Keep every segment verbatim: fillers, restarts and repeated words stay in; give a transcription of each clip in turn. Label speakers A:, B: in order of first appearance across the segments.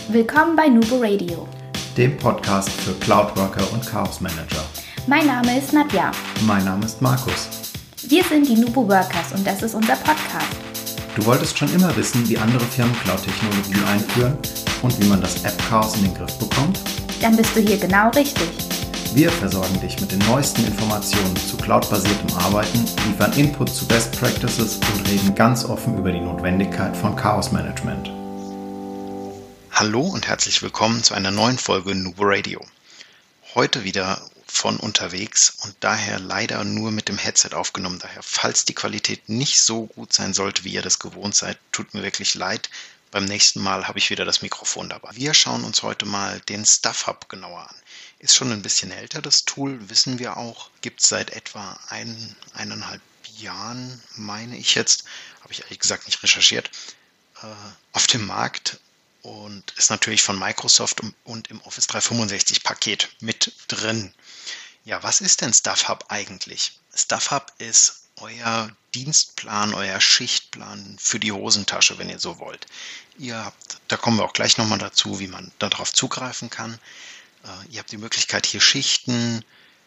A: Willkommen bei Nubo Radio,
B: dem Podcast für Cloud Worker und Chaos Manager.
A: Mein Name ist Nadja.
B: Mein Name ist Markus.
A: Wir sind die Nubo Workers und das ist unser Podcast.
B: Du wolltest schon immer wissen, wie andere Firmen Cloud-Technologien einführen und wie man das App-Chaos in den Griff bekommt?
A: Dann bist du hier genau richtig.
B: Wir versorgen dich mit den neuesten Informationen zu cloud-basiertem Arbeiten, liefern Input zu Best Practices und reden ganz offen über die Notwendigkeit von Chaos-Management.
C: Hallo und herzlich willkommen zu einer neuen Folge Nubo Radio. Heute wieder von unterwegs und daher leider nur mit dem Headset aufgenommen. Daher, falls die Qualität nicht so gut sein sollte, wie ihr das gewohnt seid, tut mir wirklich leid. Beim nächsten Mal habe ich wieder das Mikrofon dabei. Wir schauen uns heute mal den StuffHub genauer an. Ist schon ein bisschen älter, das Tool, wissen wir auch. Gibt es seit etwa ein, eineinhalb Jahren, meine ich jetzt, habe ich ehrlich gesagt nicht recherchiert, äh, auf dem Markt und ist natürlich von Microsoft und im Office dreihundertfünfundsechzig Paket mit drin. Ja, was ist denn StuffHub eigentlich? StuffHub ist euer Dienstplan, euer Schichtplan für die Hosentasche, wenn ihr so wollt. Ihr habt, da kommen wir auch gleich nochmal dazu, wie man darauf zugreifen kann. Äh, ihr habt die Möglichkeit, hier Schichten,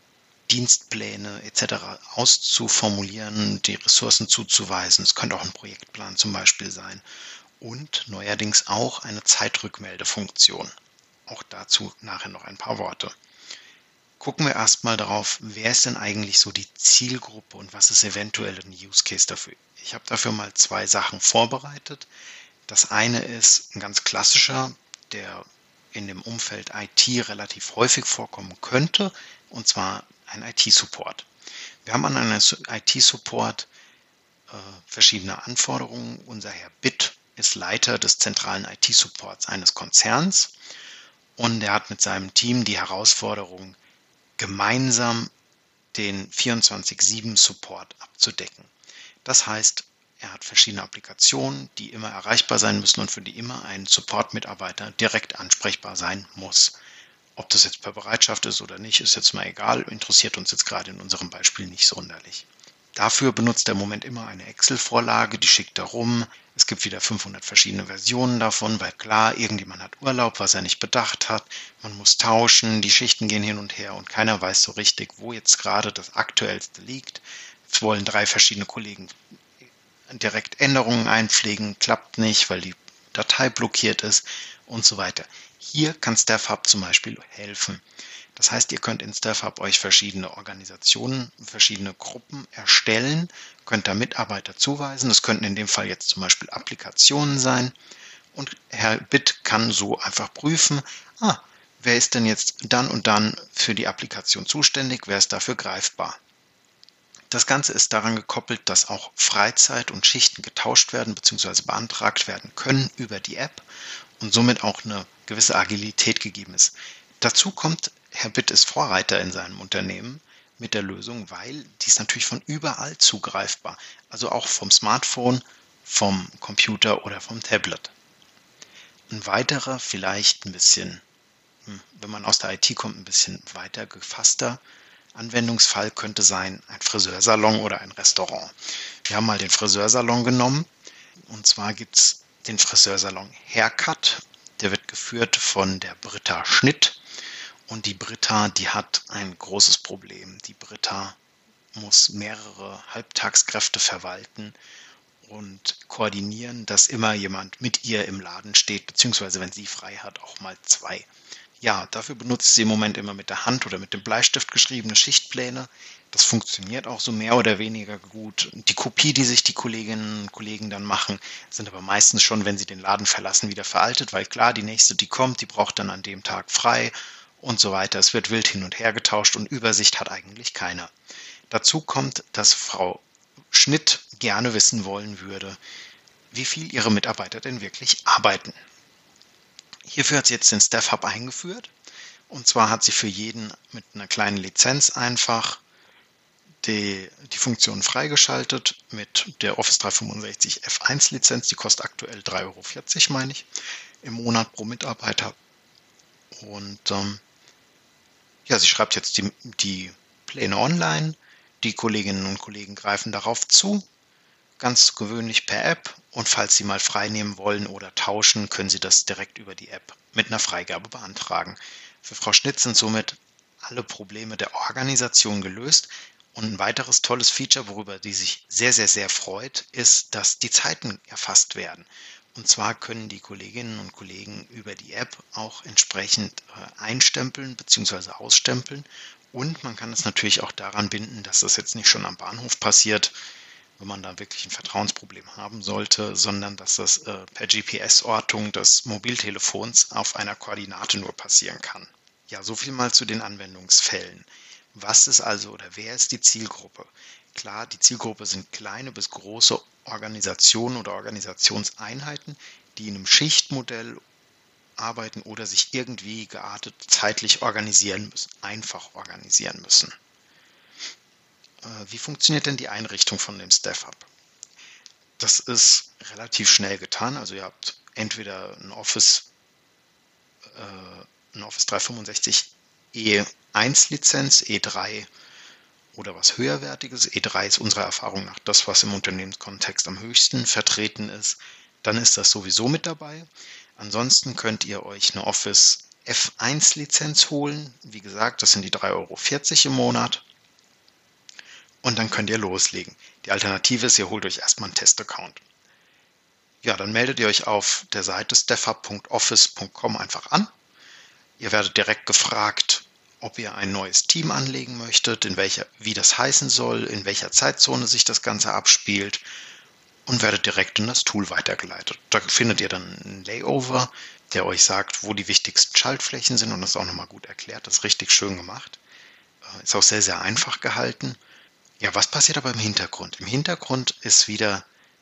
C: Dienstpläne et cetera auszuformulieren, die Ressourcen zuzuweisen. Es könnte auch ein Projektplan zum Beispiel sein. Und neuerdings auch eine Zeitrückmeldefunktion. Auch dazu nachher noch ein paar Worte. Gucken wir erstmal darauf, wer ist denn eigentlich so die Zielgruppe und was ist eventuell ein Use Case dafür. Ich habe dafür mal zwei Sachen vorbereitet. Das eine ist ein ganz klassischer, der in dem Umfeld I T relativ häufig vorkommen könnte, und zwar ein I T-Support. Wir haben an einem I T-Support äh, verschiedene Anforderungen. Unser Herr Bitt ist Leiter des zentralen I T-Supports eines Konzerns und er hat mit seinem Team die Herausforderung, gemeinsam den vierundzwanzig sieben Support abzudecken. Das heißt, er hat verschiedene Applikationen, die immer erreichbar sein müssen und für die immer ein Support-Mitarbeiter direkt ansprechbar sein muss. Ob das jetzt per Bereitschaft ist oder nicht, ist jetzt mal egal, interessiert uns jetzt gerade in unserem Beispiel nicht sonderlich. Dafür benutzt er im Moment immer eine Excel-Vorlage, die schickt er rum. Es gibt wieder fünfhundert verschiedene Versionen davon, weil klar, irgendjemand hat Urlaub, was er nicht bedacht hat. Man muss tauschen, die Schichten gehen hin und her und keiner weiß so richtig, wo jetzt gerade das Aktuellste liegt. Es wollen drei verschiedene Kollegen direkt Änderungen einpflegen, klappt nicht, weil die Datei blockiert ist und so weiter. Hier kann StuffHub zum Beispiel helfen. Das heißt, ihr könnt in StuffHub euch verschiedene Organisationen, verschiedene Gruppen erstellen, könnt da Mitarbeiter zuweisen. Das könnten in dem Fall jetzt zum Beispiel Applikationen sein. Und Herr Bitt kann so einfach prüfen, ah, wer ist denn jetzt dann und dann für die Applikation zuständig, wer ist dafür greifbar. Das Ganze ist daran gekoppelt, dass auch Freizeit und Schichten getauscht werden bzw. beantragt werden können über die App und somit auch eine gewisse Agilität gegeben ist. Dazu kommt, Herr Bitt ist Vorreiter in seinem Unternehmen mit der Lösung, weil die ist natürlich von überall zugreifbar. Also auch vom Smartphone, vom Computer oder vom Tablet. Ein weiterer, vielleicht ein bisschen, wenn man aus der I T kommt, ein bisschen weiter gefasster Anwendungsfall könnte sein ein Friseursalon oder ein Restaurant. Wir haben mal den Friseursalon genommen und zwar gibt es den Friseursalon Haircut. Der wird geführt von der Britta Schnitt. Und die Britta, die hat ein großes Problem. Die Britta muss mehrere Halbtagskräfte verwalten und koordinieren, dass immer jemand mit ihr im Laden steht, beziehungsweise wenn sie frei hat, auch mal zwei. Ja, dafür benutzt sie im Moment immer mit der Hand oder mit dem Bleistift geschriebene Schichtpläne. Das funktioniert auch so mehr oder weniger gut. Die Kopie, die sich die Kolleginnen und Kollegen dann machen, sind aber meistens schon, wenn sie den Laden verlassen, wieder veraltet, weil klar, die nächste, die kommt, die braucht dann an dem Tag frei und so weiter. Es wird wild hin und her getauscht und Übersicht hat eigentlich keiner. Dazu kommt, dass Frau Schnitt gerne wissen wollen würde, wie viel ihre Mitarbeiter denn wirklich arbeiten. Hierfür hat sie jetzt den StuffHub eingeführt und zwar hat sie für jeden mit einer kleinen Lizenz einfach die, die Funktion freigeschaltet mit der Office dreihundertfünfundsechzig F eins Lizenz, die kostet aktuell drei Euro vierzig, meine ich, im Monat pro Mitarbeiter. Und ähm, ja, sie schreibt jetzt die, die Pläne online, die Kolleginnen und Kollegen greifen darauf zu ganz gewöhnlich per App und falls Sie mal frei nehmen wollen oder tauschen, können Sie das direkt über die App mit einer Freigabe beantragen. Für Frau Schnitt sind somit alle Probleme der Organisation gelöst. Und ein weiteres tolles Feature, worüber die sich sehr, sehr, sehr freut, ist, dass die Zeiten erfasst werden. Und zwar können die Kolleginnen und Kollegen über die App auch entsprechend äh, einstempeln bzw. ausstempeln. Und man kann es natürlich auch daran binden, dass das jetzt nicht schon am Bahnhof passiert, wenn man da wirklich ein Vertrauensproblem haben sollte, sondern dass das äh, per G P S-Ortung des Mobiltelefons auf einer Koordinate nur passieren kann. Ja, so viel mal zu den Anwendungsfällen. Was ist also oder wer ist die Zielgruppe? Klar, die Zielgruppe sind kleine bis große Organisationen oder Organisationseinheiten, die in einem Schichtmodell arbeiten oder sich irgendwie geartet zeitlich organisieren müssen, einfach organisieren müssen. Wie funktioniert denn die Einrichtung von dem StaffHub? Das ist relativ schnell getan. Also ihr habt entweder ein Office, äh, ein Office dreihundertfünfundsechzig E eins Lizenz, E drei oder was höherwertiges. E drei ist unserer Erfahrung nach das, was im Unternehmenskontext am höchsten vertreten ist. Dann ist das sowieso mit dabei. Ansonsten könnt ihr euch eine Office F eins Lizenz holen. Wie gesagt, das sind die drei Euro vierzig im Monat. Und dann könnt ihr loslegen. Die Alternative ist, ihr holt euch erstmal einen Testaccount. Ja, dann meldet ihr euch auf der Seite staffhub punkt office punkt com einfach an. Ihr werdet direkt gefragt, ob ihr ein neues Team anlegen möchtet, in welcher, wie das heißen soll, in welcher Zeitzone sich das Ganze abspielt und werdet direkt in das Tool weitergeleitet. Da findet ihr dann einen Layover, der euch sagt, wo die wichtigsten Schaltflächen sind und das ist auch nochmal gut erklärt. Das ist richtig schön gemacht. Ist auch sehr, sehr einfach gehalten. Ja, was passiert aber im Hintergrund? Im Hintergrund ist wieder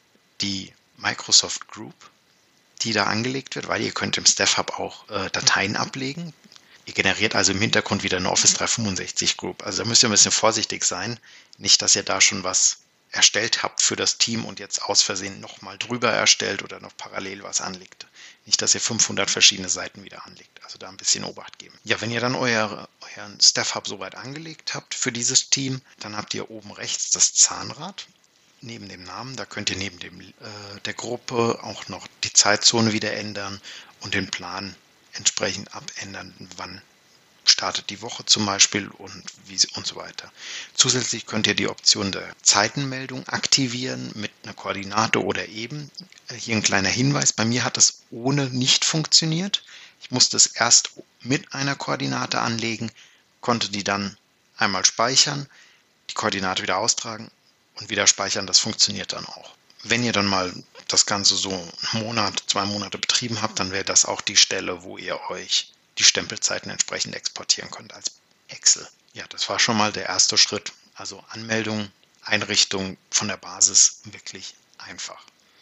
C: die Microsoft Group, die da angelegt wird, weil ihr könnt im StaffHub auch äh, Dateien ablegen. Ihr generiert also im Hintergrund wieder eine Office dreihundertfünfundsechzig Group. Also da müsst ihr ein bisschen vorsichtig sein. Nicht, dass ihr da schon was erstellt habt für das Team und jetzt aus Versehen nochmal drüber erstellt oder noch parallel was anlegt. Nicht, dass ihr fünfhundert verschiedene Seiten wieder anlegt. Also da ein bisschen Obacht geben. Ja, wenn ihr dann euer, euren StaffHub soweit angelegt habt für dieses Team, dann habt ihr oben rechts das Zahnrad neben dem Namen. Da könnt ihr neben dem, äh, der Gruppe auch noch die Zeitzone wieder ändern und den Plan entsprechend abändern, wann startet die Woche zum Beispiel und wie und so weiter. Zusätzlich könnt ihr die Option der Zeitenmeldung aktivieren mit einer Koordinate oder eben. Hier ein kleiner Hinweis, bei mir hat es ohne nicht funktioniert. Ich musste es erst mit einer Koordinate anlegen, konnte die dann einmal speichern, die Koordinate wieder austragen und wieder speichern. Das funktioniert dann auch. Wenn ihr dann mal das Ganze so einen Monat, zwei Monate betrieben habt, dann wäre das auch die Stelle, wo ihr euch die Stempelzeiten entsprechend exportieren könnt als Excel. Ja, das war schon mal der erste Schritt. Also Anmeldung, Einrichtung von der Basis wirklich einfach.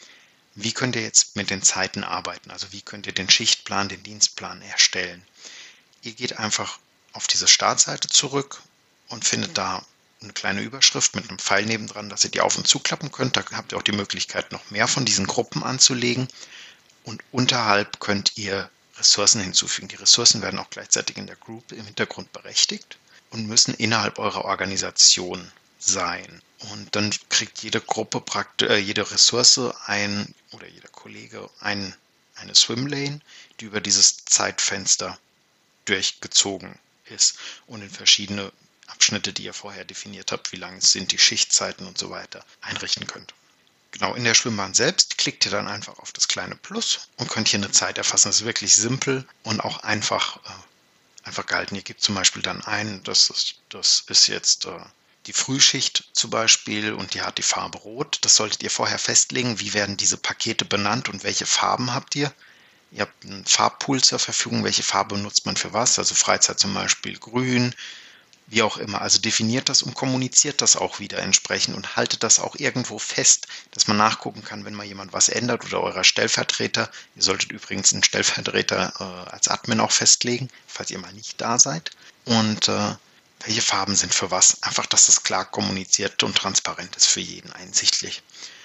C: Wie könnt ihr jetzt mit den Zeiten arbeiten? Also wie könnt ihr den Schichtplan, den Dienstplan erstellen? Ihr geht einfach auf diese Startseite zurück und findet da eine kleine Überschrift mit einem Pfeil nebendran, dass ihr die auf- und zuklappen könnt. Da habt ihr auch die Möglichkeit, noch mehr von diesen Gruppen anzulegen. Und unterhalb könnt ihr Ressourcen hinzufügen. Die Ressourcen werden auch gleichzeitig in der Group im Hintergrund berechtigt und müssen innerhalb eurer Organisation sein. Und dann kriegt jede Gruppe, praktisch, äh, jede Ressource ein oder jeder Kollege ein, eine Swimlane, die über dieses Zeitfenster durchgezogen ist und in verschiedene Abschnitte, die ihr vorher definiert habt, wie lang sind die Schichtzeiten und so weiter, einrichten könnt. Genau, in der Schwimmbahn selbst klickt ihr dann einfach auf das kleine Plus und könnt hier eine Zeit erfassen. Das ist wirklich simpel und auch einfach, äh, einfach gehalten. Ihr gebt zum Beispiel dann ein, das ist, das ist jetzt äh, die Frühschicht zum Beispiel und die hat die Farbe Rot. Das solltet ihr vorher festlegen, wie werden diese Pakete benannt und welche Farben habt ihr. Ihr habt einen Farbpool zur Verfügung, welche Farbe nutzt man für was, also Freizeit zum Beispiel grün, wie auch immer. Also definiert das und kommuniziert das auch wieder entsprechend und haltet das auch irgendwo fest, dass man nachgucken kann, wenn mal jemand was ändert oder eurer Stellvertreter. Ihr solltet übrigens einen Stellvertreter äh, als Admin auch festlegen, falls ihr mal nicht da seid. Und äh, welche Farben sind für was. Einfach, dass das klar kommuniziert und transparent ist für jeden einsichtlich.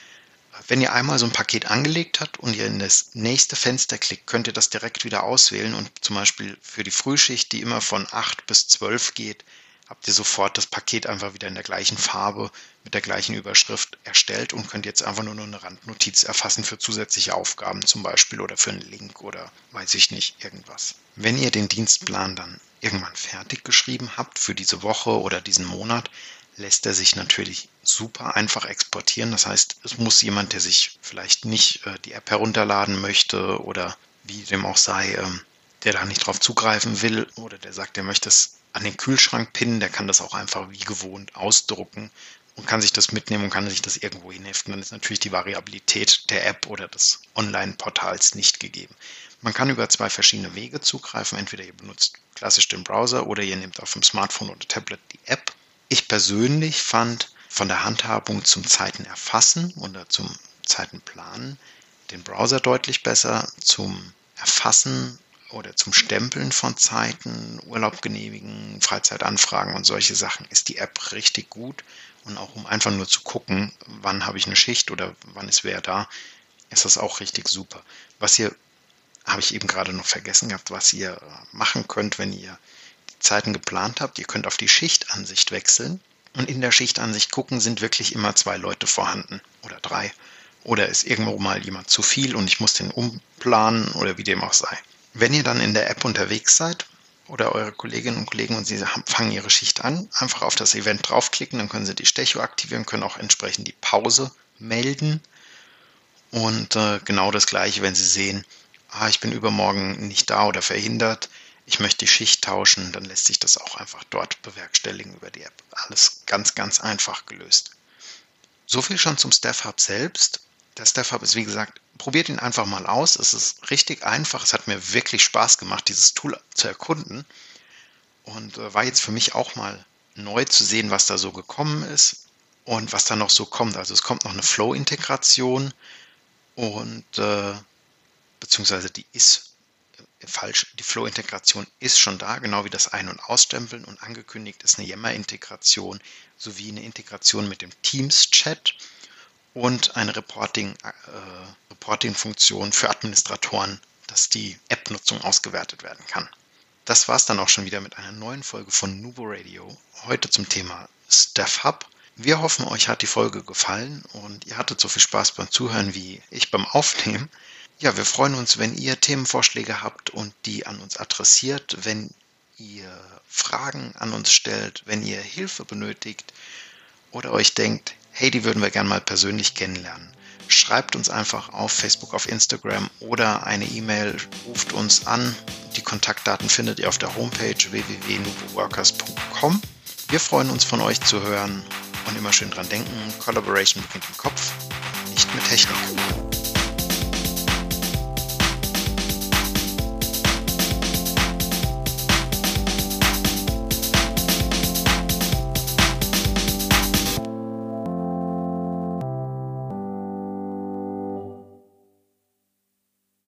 C: Wenn ihr einmal so ein Paket angelegt habt und ihr in das nächste Fenster klickt, könnt ihr das direkt wieder auswählen und zum Beispiel für die Frühschicht, die immer von acht bis zwölf geht, habt ihr sofort das Paket einfach wieder in der gleichen Farbe mit der gleichen Überschrift erstellt und könnt jetzt einfach nur noch eine Randnotiz erfassen für zusätzliche Aufgaben zum Beispiel oder für einen Link oder weiß ich nicht, irgendwas. Wenn ihr den Dienstplan dann irgendwann fertig geschrieben habt für diese Woche oder diesen Monat, lässt er sich natürlich super einfach exportieren. Das heißt, es muss jemand, der sich vielleicht nicht äh, die App herunterladen möchte oder wie dem auch sei, ähm, der da nicht drauf zugreifen will oder der sagt, der möchte es an den Kühlschrank pinnen, der kann das auch einfach wie gewohnt ausdrucken und kann sich das mitnehmen und kann sich das irgendwo hinheften. Dann ist natürlich die Variabilität der App oder des Online-Portals nicht gegeben. Man kann über zwei verschiedene Wege zugreifen. Entweder ihr benutzt klassisch den Browser oder ihr nehmt auf dem Smartphone oder Tablet die App. Ich persönlich fand von der Handhabung zum Zeitenerfassen oder zum Zeitenplanen den Browser deutlich besser. Zum Erfassen oder zum Stempeln von Zeiten, Urlaub genehmigen, Freizeitanfragen und solche Sachen ist die App richtig gut. Und auch um einfach nur zu gucken, wann habe ich eine Schicht oder wann ist wer da, ist das auch richtig super. Was ihr, habe ich eben gerade noch vergessen gehabt, was ihr machen könnt, wenn ihr die Zeiten geplant habt. Ihr könnt auf die Schichtansicht wechseln und in der Schichtansicht gucken, sind wirklich immer zwei Leute vorhanden oder drei. Oder ist irgendwo mal jemand zu viel und ich muss den umplanen oder wie dem auch sei. Wenn ihr dann in der App unterwegs seid oder eure Kolleginnen und Kollegen und sie fangen ihre Schicht an, einfach auf das Event draufklicken, dann können sie die Stecho aktivieren, können auch entsprechend die Pause melden und äh, genau das gleiche, wenn sie sehen, ah, ich bin übermorgen nicht da oder verhindert, ich möchte die Schicht tauschen, dann lässt sich das auch einfach dort bewerkstelligen über die App. Alles ganz, ganz einfach gelöst. So viel schon zum Staff Hub selbst. Der Staff Hub ist, wie gesagt, probiert ihn einfach mal aus. Es ist richtig einfach. Es hat mir wirklich Spaß gemacht, dieses Tool zu erkunden. Und äh, war jetzt für mich auch mal neu zu sehen, was da so gekommen ist und was da noch so kommt. Also es kommt noch eine Flow-Integration und äh, beziehungsweise die ist äh, falsch. Die Flow-Integration ist schon da, genau wie das Ein- und Ausstempeln. Und angekündigt ist eine Yammer-Integration sowie eine Integration mit dem Teams-Chat. Und eine Reporting, äh, Reporting-Funktion für Administratoren, dass die App-Nutzung ausgewertet werden kann. Das war es dann auch schon wieder mit einer neuen Folge von Nubo Radio, heute zum Thema Staff Hub. Wir hoffen, euch hat die Folge gefallen und ihr hattet so viel Spaß beim Zuhören wie ich beim Aufnehmen. Ja, wir freuen uns, wenn ihr Themenvorschläge habt und die an uns adressiert, wenn ihr Fragen an uns stellt, wenn ihr Hilfe benötigt oder euch denkt, hey, die würden wir gerne mal persönlich kennenlernen. Schreibt uns einfach auf Facebook, auf Instagram oder eine E-Mail, ruft uns an. Die Kontaktdaten findet ihr auf der Homepage w w w punkt nuboworkers punkt com. Wir freuen uns, von euch zu hören und immer schön dran denken, Collaboration beginnt im Kopf, nicht mit Technik.